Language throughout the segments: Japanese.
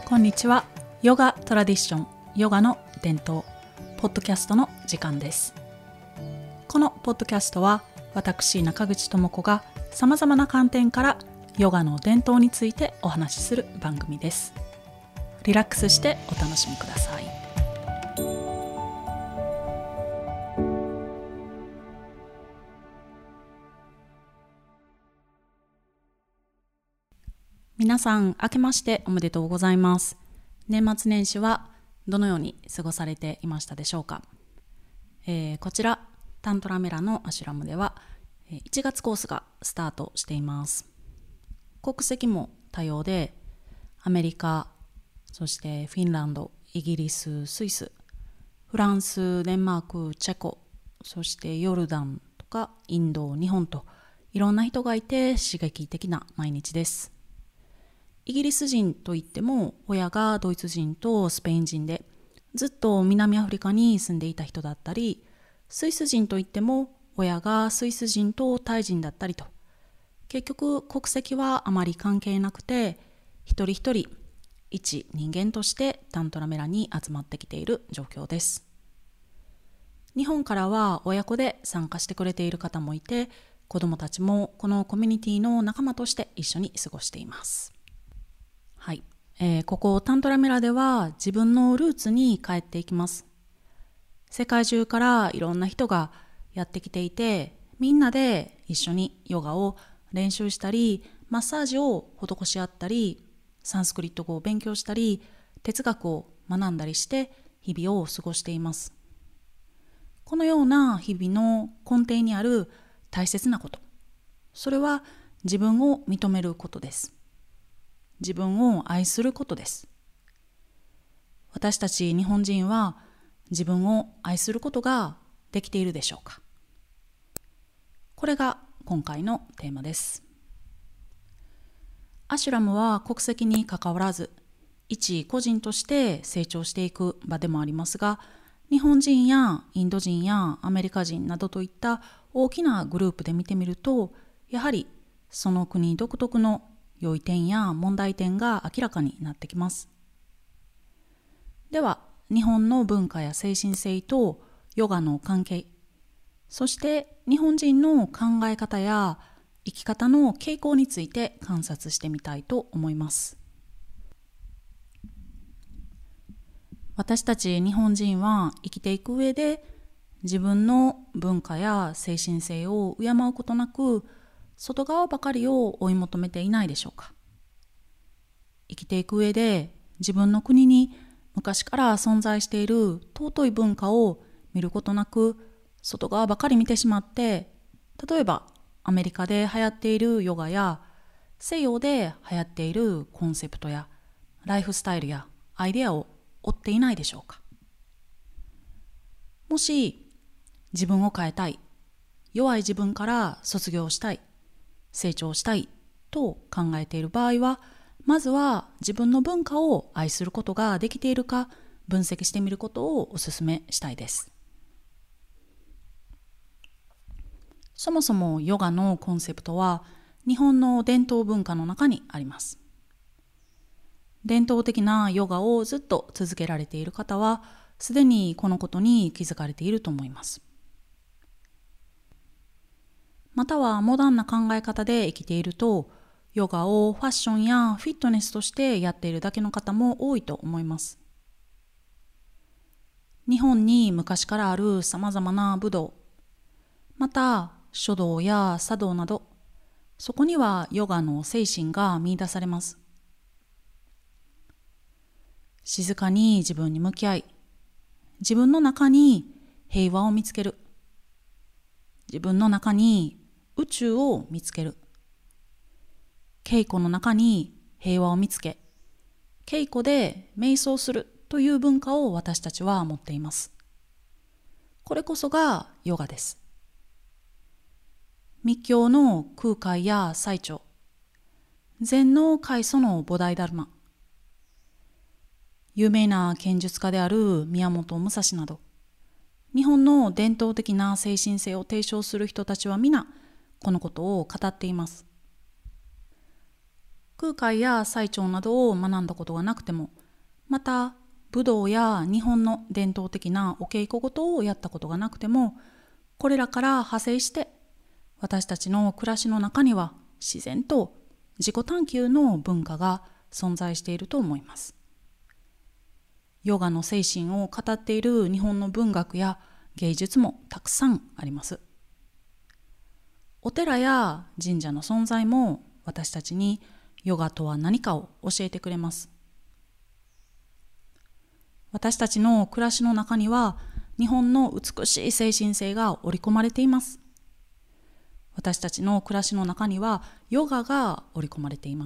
こんにちは。ヨガトラディション、ヨガの伝統ポッドキャストの時間です。このポッドキャストは私中口智子がさまざまな観点からヨガの伝統についてお話しする番組です。リラックスしてお楽しみください。皆さん明けましておめでとうございます。年末年始はどのように過ごされていましたでしょうか。こちらタントラメラのアシュラムでは1月コースがスタートしています。国籍も多様でアメリカ、そしてフィンランド、イギリス、スイス、フランス、デンマーク、チェコ、そしてヨルダンとかインド、日本といろんな人がいて刺激的な毎日です。イギリス人といっても親がドイツ人とスペイン人でずっと南アフリカに住んでいた人だったり、スイス人といっても親がスイス人とタイ人だったりと、結局国籍はあまり関係なくて一人一人一人間としてタントラメラに集まってきている状況です。日本からは親子で参加してくれている方もいて、子どもたちもこのコミュニティの仲間として一緒に過ごしています。はい、ここタントラメラでは自分のルーツに帰っていきます。世界中からいろんな人がやってきていて、みんなで一緒にヨガを練習したり、マッサージを施し合ったり、サンスクリット語を勉強したり、哲学を学んだりして日々を過ごしています。このような日々の根底にある大切なこと、それは自分を認めることです。自分を愛することです。私たち日本人は自分を愛することができているでしょうか。これが今回のテーマです。アシュラムは国籍にかかわらず一個人として成長していく場でもありますが、日本人やインド人やアメリカ人などといった大きなグループで見てみると、やはりその国独特の良い点や問題点が明らかになってきます。では、日本の文化や精神性とヨガの関係、そして日本人の考え方や生き方の傾向について観察してみたいと思います。私たち日本人は生きていく上で自分の文化や精神性を敬うことなく、外側ばかりを追い求めていないでしょうか。生きていく上で自分の国に昔から存在している尊い文化を見ることなく、外側ばかり見てしまって、例えばアメリカで流行っているヨガや西洋で流行っているコンセプトやライフスタイルやアイデアを追っていないでしょうか。もし自分を変えたい、弱い自分から卒業したい、成長したいと考えている場合は、まずは自分の文化を愛することができているか分析してみることをお勧めしたいです。そもそもヨガのコンセプトは日本の伝統文化の中にあります。伝統的なヨガをずっと続けられている方はすでにこのことに気づかれていると思います。またはモダンな考え方で生きていると、ヨガをファッションやフィットネスとしてやっているだけの方も多いと思います。日本に昔からあるさまざまな武道、また書道や茶道など、そこにはヨガの精神が見出されます。静かに自分に向き合い、自分の中に平和を見つける、自分の中に宇宙を見つける、稽古の中に平和を見つけ、稽古で瞑想するという文化を私たちは持っています。これこそがヨガです。密教の空海や最澄、禅の開祖の菩提ダルマ、有名な剣術家である宮本武蔵など、日本の伝統的な精神性を提唱する人たちは皆このことを語っています。空海や最澄などを学んだことがなくても、 また武道や日本の伝統的なお稽古事をやったことがなくても、これらから派生して私たちの暮らしの中には自然と自己探求の文化が存在していると思います。ヨガの精神を語っている日本の文学や芸術もたくさんあります。お寺や神社の存在も私たちにヨガとは何かを教えてくれます。私たちの暮らしの中には日本の美しい精神性が織り込まれています。私たちの暮らしの中にはヨガが織り込まれています。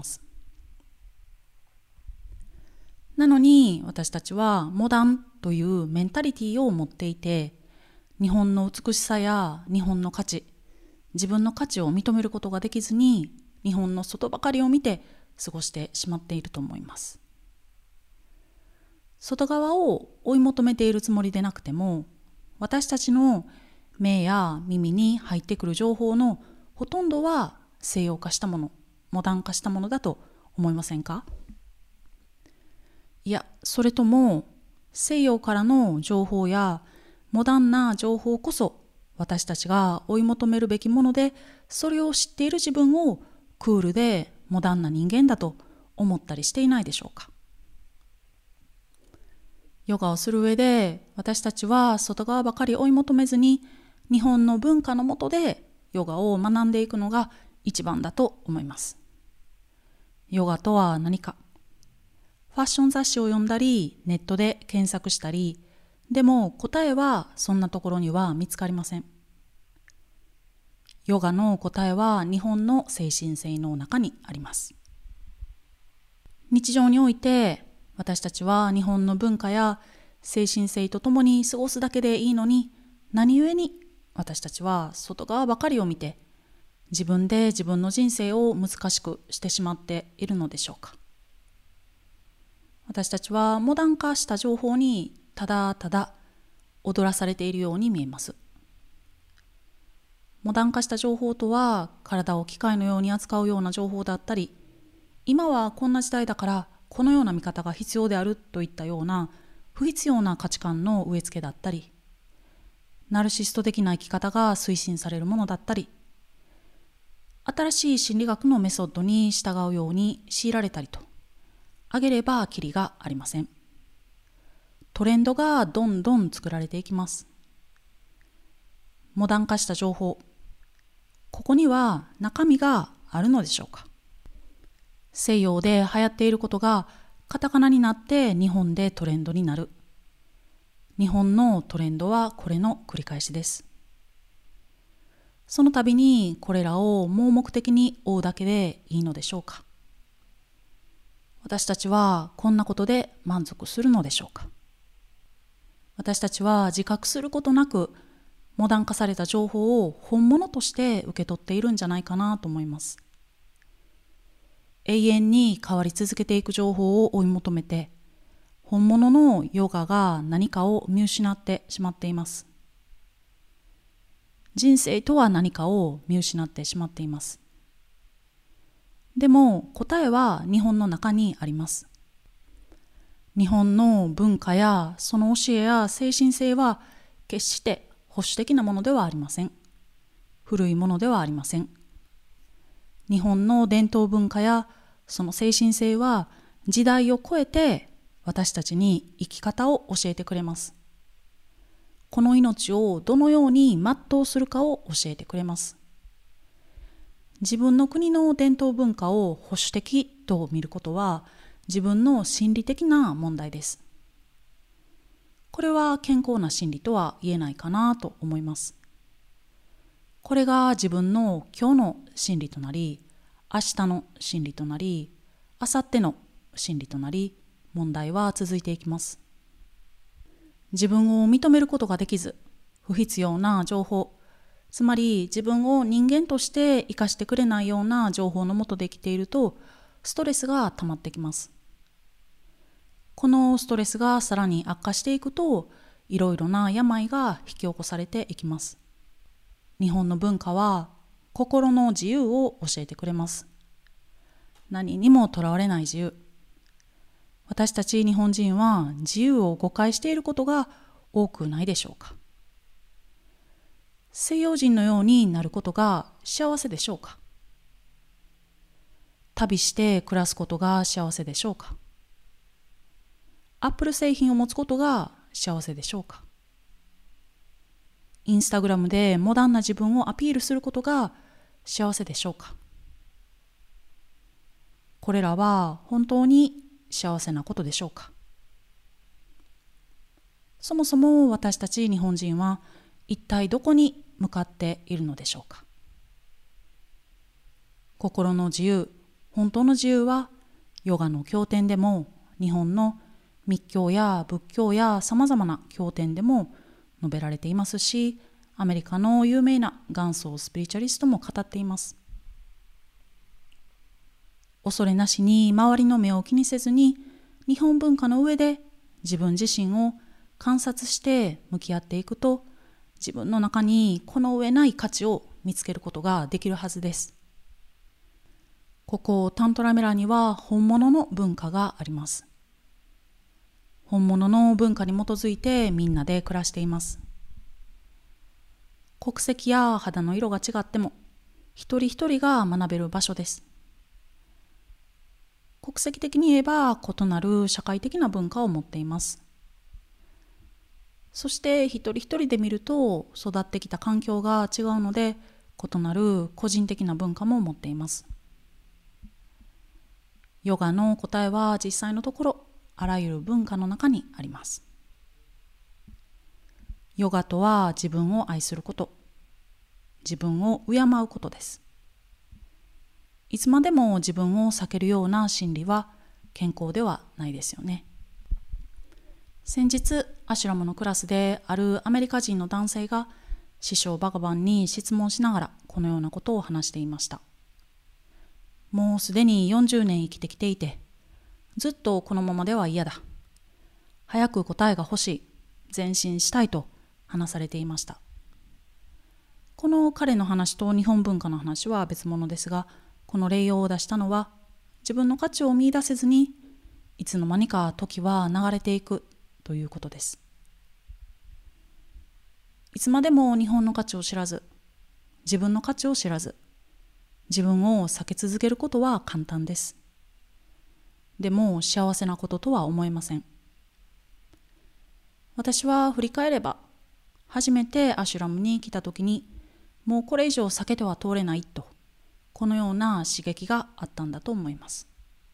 なのに私たちはモダンというメンタリティを持っていて、日本の美しさや日本の価値、自分の価値を認めることができずに日本の外ばかりを見て過ごしてしまっていると思います。外側を追い求めているつもりでなくても、私たちの目や耳に入ってくる情報のほとんどは西洋化したもの、モダン化したものだと思いませんか？いや、それとも西洋からの情報やモダンな情報こそ私たちが追い求めるべきもので、それを知っている自分をクールでモダンな人間だと思ったりしていないでしょうか？ヨガをする上で私たちは外側ばかり追い求めずに、日本の文化の下でヨガを学んでいくのが一番だと思います。ヨガとは何か、ファッション雑誌を読んだりネットで検索したり、でも答えはそんなところには見つかりません。ヨガの答えは日本の精神性の中にあります。日常において私たちは日本の文化や精神性とともに過ごすだけでいいのに、何故に私たちは外側ばかりを見て自分で自分の人生を難しくしてしまっているのでしょうか？私たちはモダン化した情報にただただ踊らされているように見えます。モダン化した情報とは、体を機械のように扱うような情報だったり、今はこんな時代だからこのような見方が必要であるといったような不必要な価値観の植え付けだったり、ナルシスト的な生き方が推進されるものだったり、新しい心理学のメソッドに従うように強いられたりと、挙げればきりがありません。トレンドがどんどん作られていきます。モダン化した情報、ここには中身があるのでしょうか？西洋で流行っていることがカタカナになって日本でトレンドになる。日本のトレンドはこれの繰り返しです。その度にこれらを盲目的に追うだけでいいのでしょうか？私たちはこんなことで満足するのでしょうか？私たちは自覚することなくモダン化された情報を本物として受け取っているんじゃないかなと思います。永遠に変わり続けていく情報を追い求めて、本物のヨガが何かを見失ってしまっています。人生とは何かを見失ってしまっています。でも答えは日本の中にあります。日本の文化やその教えや精神性は決して保守的なものではありません。古いものではありません。日本の伝統文化やその精神性は時代を超えて私たちに生き方を教えてくれます。この命をどのように全うするかを教えてくれます。自分の国の伝統文化を保守的と見ることは自分の心理的な問題です。これは健康な心理とは言えないかなと思います。これが自分の今日の心理となり、明日の心理となり、明後日の心理となり、問題は続いていきます。自分を認めることができず、不必要な情報、つまり自分を人間として生かしてくれないような情報の下で生きていると、ストレスが溜まってきます。このストレスがさらに悪化していくと、いろいろな病が引き起こされていきます。日本の文化は心の自由を教えてくれます。何にもとらわれない自由。 私たち日本人は自由を誤解していることが多くないでしょうか。西洋人のようになることが幸せでしょうか。旅して暮らすことが幸せでしょうか。アップル製品を持つことが幸せでしょうか。インスタグラムでモダンな自分をアピールすることが幸せでしょうか。これらは本当に幸せなことでしょうか。そもそも私たち日本人は一体どこに向かっているのでしょうか。心の自由、本当の自由はヨガの経典でも日本の密教や仏教やさまざまな経典でも述べられていますし、アメリカの有名な元祖スピリチュアリストも語っています。恐れなしに周りの目を気にせずに日本文化の上で自分自身を観察して向き合っていくと、自分の中にこの上ない価値を見つけることができるはずです。ここタントラメラには本物の文化があります。本物の文化に基づいてみんなで暮らしています。国籍や肌の色が違っても一人一人が学べる場所です。国籍的に言えば異なる社会的な文化を持っています。そして一人一人で見ると育ってきた環境が違うので異なる個人的な文化も持っています。ヨガの答えは実際のところあらゆる文化の中にあります。ヨガとは自分を愛すること、自分を敬うことです。いつまでも自分を避けるような心理は健康ではないですよね。先日アシュラムのクラスであるアメリカ人の男性が師匠バガバンに質問しながらこのようなことを話していました。もうすでに40年生きてきていて、ずっとこのままでは嫌だ。早く答えが欲しい。前進したいと話されていました。この彼の話と日本文化の話は別物ですが、この例を出したのは自分の価値を見出せずにいつの間にか時は流れていくということです。いつまでも日本の価値を知らず、自分の価値を知らず、自分を避け続けることは簡単です。でも幸せなこととは思えません。私は振り返れば、初めてアシュラムに来た時に、もうこれ以上避けては通れないと、このような刺激があったんだと思います。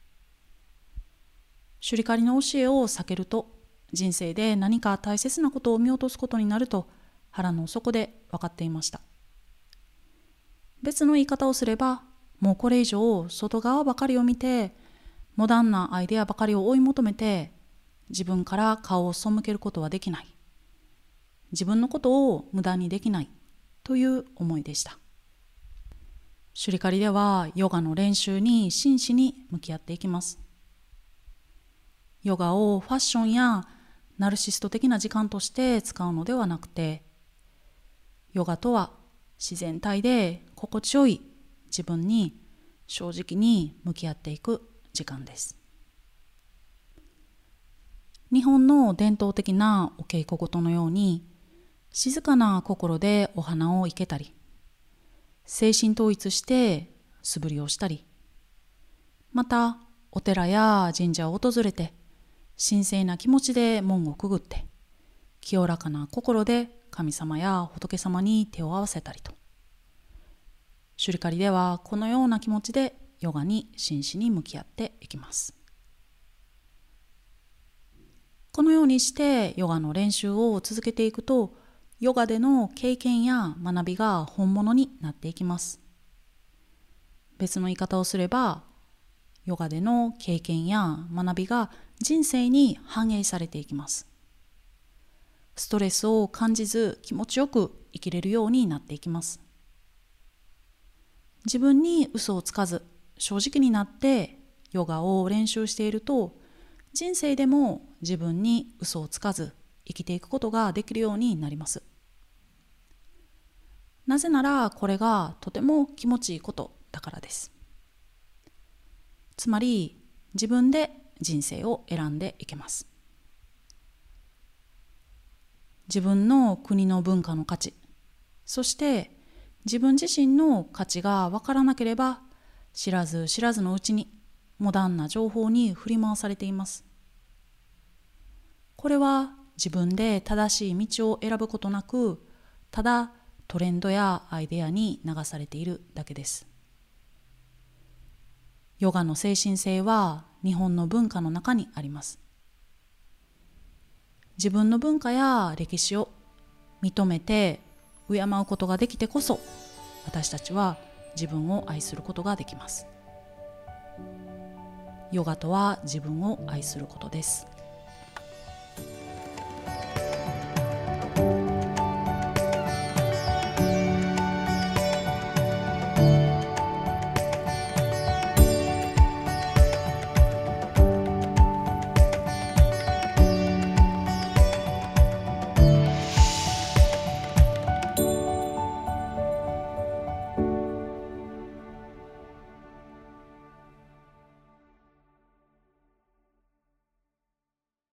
シュリカリの教えを避けると、人生で何か大切なことを見落とすことになると、腹の底で分かっていました。別の言い方をすれば、もうこれ以上外側ばかりを見て、モダンなアイデアばかりを追い求めて、自分から顔を背けることはできない。自分のことを無駄にできないという思いでした。シュリカリではヨガの練習に真摯に向き合っていきます。ヨガをファッションやナルシスト的な時間として使うのではなくて、ヨガとは自然体で心地よい自分に正直に向き合っていく時間です。日本の伝統的なお稽古事のように、静かな心でお花を生けたり、精神統一して素振りをしたり、またお寺や神社を訪れて神聖な気持ちで門をくぐって、清らかな心で神様や仏様に手を合わせたりと、シュリカリではこのような気持ちでヨガに真摯に向き合っていきます。このようにしてヨガの練習を続けていくと、ヨガでの経験や学びが本物になっていきます。別の言い方をすれば、ヨガでの経験や学びが人生に反映されていきます。ストレスを感じず気持ちよく生きれるようになっていきます。自分に嘘をつかず正直になってヨガを練習していると、人生でも自分に嘘をつかず生きていくことができるようになります。なぜならこれがとても気持ちいいことだからです。つまり自分で人生を選んでいけます。自分の国の文化の価値、そして自分自身の価値が分からなければ、知らず知らずのうちにモダンな情報に振り回されています。これは自分で正しい道を選ぶことなく、ただトレンドやアイデアに流されているだけです。ヨガの精神性は日本の文化の中にあります。自分の文化や歴史を認めて敬うことができてこそ、私たちは自分を愛することができます。ヨガとは自分を愛することです。